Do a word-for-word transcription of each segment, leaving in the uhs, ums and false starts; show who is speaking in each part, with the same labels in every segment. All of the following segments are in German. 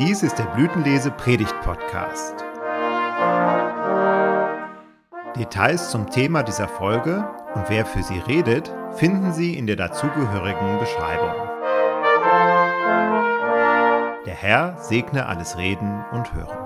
Speaker 1: Dies ist der Blütenlese-Predigt-Podcast. Details zum Thema dieser Folge und wer für sie redet, finden Sie in der dazugehörigen Beschreibung. Der Herr segne alles Reden und Hören.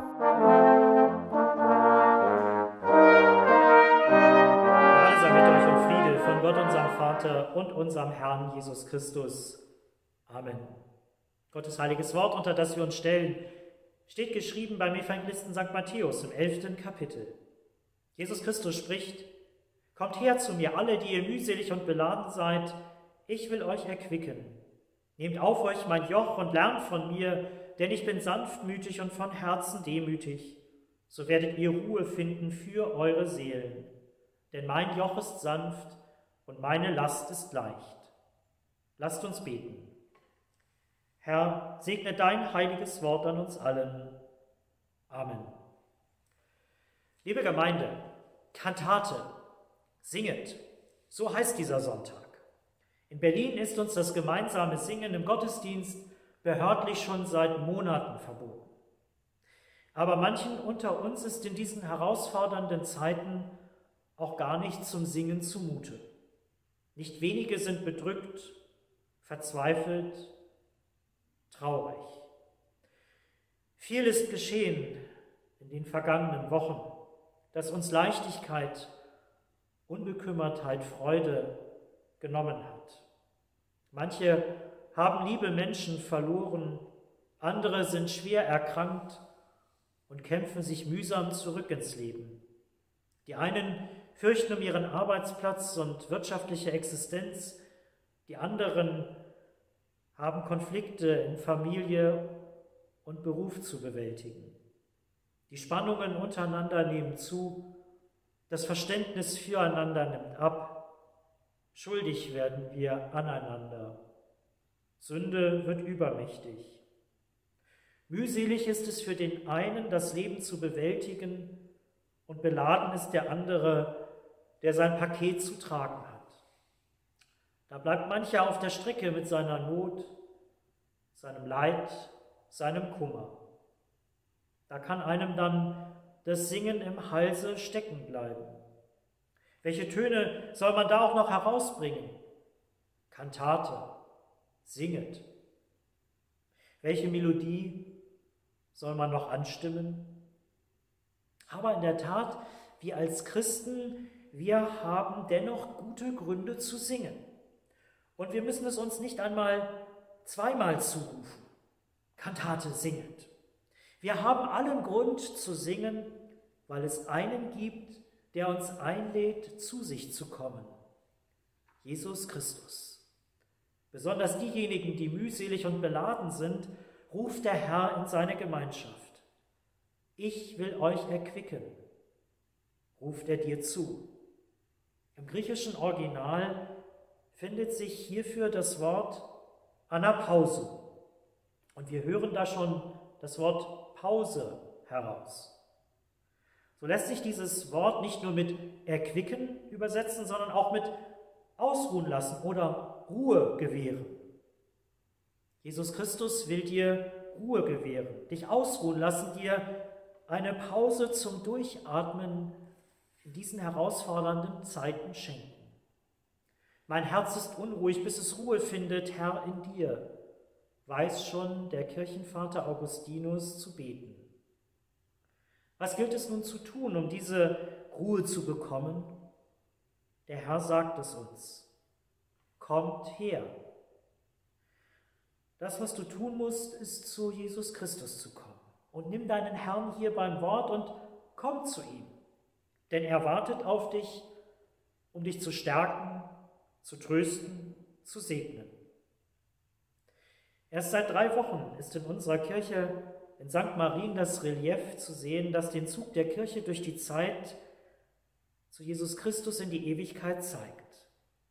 Speaker 2: Gnade sei mit euch und Friede von Gott, unserem Vater und unserem Herrn Jesus Christus. Amen. Gottes heiliges Wort, unter das wir uns stellen, steht geschrieben beim Evangelisten Sankt Matthäus im elften Kapitel. Jesus Christus spricht: Kommt her zu mir, alle, die ihr mühselig und beladen seid, ich will euch erquicken. Nehmt auf euch mein Joch und lernt von mir, denn ich bin sanftmütig und von Herzen demütig. So werdet ihr Ruhe finden für eure Seelen. Denn mein Joch ist sanft und meine Last ist leicht. Lasst uns beten. Herr, segne dein heiliges Wort an uns allen. Amen. Liebe Gemeinde, Kantate, singet, so heißt dieser Sonntag. In Berlin ist uns das gemeinsame Singen im Gottesdienst behördlich schon seit Monaten verboten. Aber manchen unter uns ist in diesen herausfordernden Zeiten auch gar nicht zum Singen zumute. Nicht wenige sind bedrückt, verzweifelt, traurig. Viel ist geschehen in den vergangenen Wochen, das uns Leichtigkeit, Unbekümmertheit, Freude genommen hat. Manche haben liebe Menschen verloren, andere sind schwer erkrankt und kämpfen sich mühsam zurück ins Leben. Die einen fürchten um ihren Arbeitsplatz und wirtschaftliche Existenz, die anderen haben Konflikte in Familie und Beruf zu bewältigen. Die Spannungen untereinander nehmen zu, das Verständnis füreinander nimmt ab, schuldig werden wir aneinander. Sünde wird übermächtig. Mühselig ist es für den einen, das Leben zu bewältigen, und beladen ist der andere, der sein Paket zu tragen hat. Da bleibt mancher auf der Strecke mit seiner Not, seinem Leid, seinem Kummer. Da kann einem dann das Singen im Halse stecken bleiben. Welche Töne soll man da auch noch herausbringen? Kantate, singet. Welche Melodie soll man noch anstimmen? Aber in der Tat, wir als Christen, wir haben dennoch gute Gründe zu singen. Und wir müssen es uns nicht einmal zweimal zurufen. Kantate singend. Wir haben allen Grund zu singen, weil es einen gibt, der uns einlädt, zu sich zu kommen. Jesus Christus. Besonders diejenigen, die mühselig und beladen sind, ruft der Herr in seine Gemeinschaft. Ich will euch erquicken, ruft er dir zu. Im griechischen Original findet sich hierfür das Wort Anapauso. Und wir hören da schon das Wort Pause heraus. So lässt sich dieses Wort nicht nur mit erquicken übersetzen, sondern auch mit ausruhen lassen oder Ruhe gewähren. Jesus Christus will dir Ruhe gewähren, dich ausruhen lassen, dir eine Pause zum Durchatmen in diesen herausfordernden Zeiten schenken. Mein Herz ist unruhig, bis es Ruhe findet, Herr, in dir, weiß schon der Kirchenvater Augustinus zu beten. Was gilt es nun zu tun, um diese Ruhe zu bekommen? Der Herr sagt es uns: Kommt her. Das, was du tun musst, ist, zu Jesus Christus zu kommen. Und nimm deinen Herrn hier beim Wort und komm zu ihm. Denn er wartet auf dich, um dich zu stärken, zu trösten, zu segnen. Erst seit drei Wochen ist in unserer Kirche in Sankt Marien das Relief zu sehen, das den Zug der Kirche durch die Zeit zu Jesus Christus in die Ewigkeit zeigt.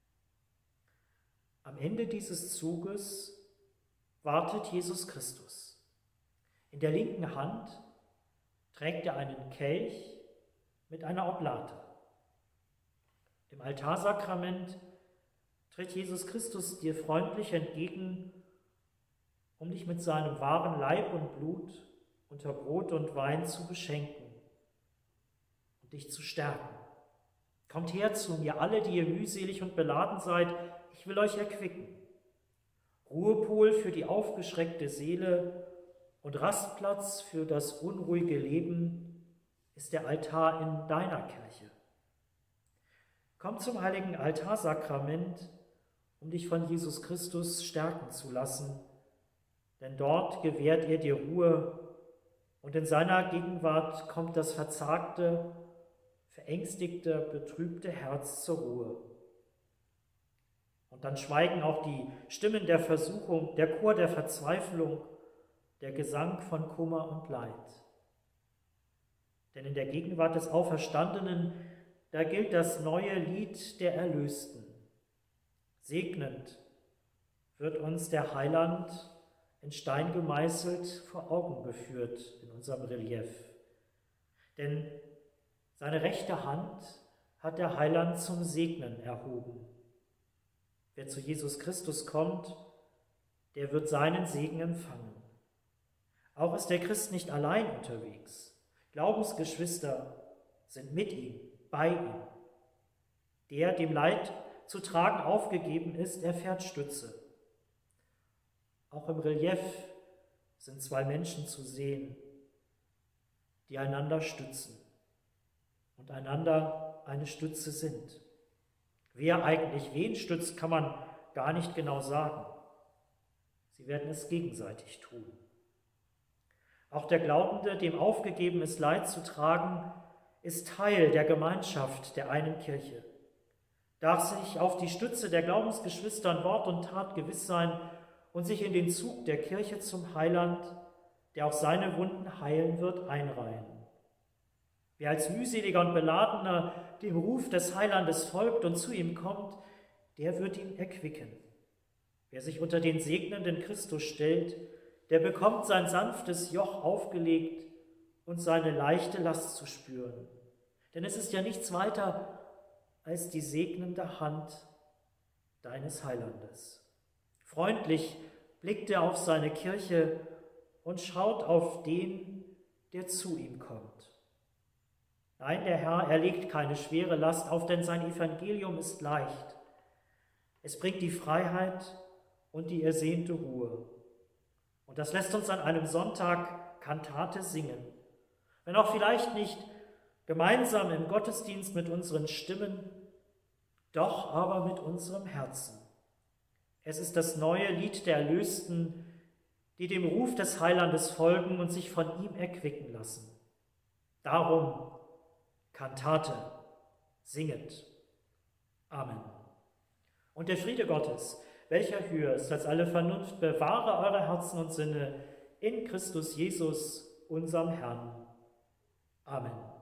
Speaker 2: Am Ende dieses Zuges wartet Jesus Christus. In der linken Hand trägt er einen Kelch mit einer Oblate. Im Altarsakrament tritt Jesus Christus dir freundlich entgegen um dich mit seinem wahren Leib und Blut unter Brot und Wein zu beschenken und dich zu stärken. Kommt her zu mir, alle, die ihr mühselig und beladen seid, ich will euch erquicken. Ruhepol für die aufgeschreckte Seele und Rastplatz für das unruhige Leben ist der Altar in deiner Kirche. Komm zum heiligen Altarsakrament, um dich von Jesus Christus stärken zu lassen, denn dort gewährt er dir Ruhe und in seiner Gegenwart kommt das verzagte, verängstigte, betrübte Herz zur Ruhe. Und dann schweigen auch die Stimmen der Versuchung, der Chor der Verzweiflung, der Gesang von Kummer und Leid. Denn in der Gegenwart des Auferstandenen, da gilt das neue Lied der Erlösten. Segnend wird uns der Heiland in Stein gemeißelt vor Augen geführt in unserem Relief. Denn seine rechte Hand hat der Heiland zum Segnen erhoben. Wer zu Jesus Christus kommt, der wird seinen Segen empfangen. Auch ist der Christ nicht allein unterwegs. Glaubensgeschwister sind mit ihm, bei ihm. Der, dem Leid zu tragen aufgegeben ist, erfährt Stütze. Auch im Relief sind zwei Menschen zu sehen, die einander stützen und einander eine Stütze sind. Wer eigentlich wen stützt, kann man gar nicht genau sagen. Sie werden es gegenseitig tun. Auch der Glaubende, dem aufgegeben ist, Leid zu tragen, ist Teil der Gemeinschaft der einen Kirche, darf sich auf die Stütze der Glaubensgeschwister in Wort und Tat gewiss sein und sich in den Zug der Kirche zum Heiland, der auch seine Wunden heilen wird, einreihen. Wer als mühseliger und Beladener dem Ruf des Heilandes folgt und zu ihm kommt, der wird ihn erquicken. Wer sich unter den segnenden Christus stellt, der bekommt sein sanftes Joch aufgelegt und seine leichte Last zu spüren. Denn es ist ja nichts weiter als die segnende Hand deines Heilandes. Freundlich blickt er auf seine Kirche und schaut auf den, der zu ihm kommt. Nein, der Herr, er legt keine schwere Last auf, denn sein Evangelium ist leicht. Es bringt die Freiheit und die ersehnte Ruhe. Und das lässt uns an einem Sonntag Kantate singen. Wenn auch vielleicht nicht gemeinsam im Gottesdienst mit unseren Stimmen, doch aber mit unserem Herzen. Es ist das neue Lied der Erlösten, die dem Ruf des Heilandes folgen und sich von ihm erquicken lassen. Darum Kantate, singet. Amen. Und der Friede Gottes, welcher höher ist als alle Vernunft, bewahre eure Herzen und Sinne in Christus Jesus, unserem Herrn. Amen.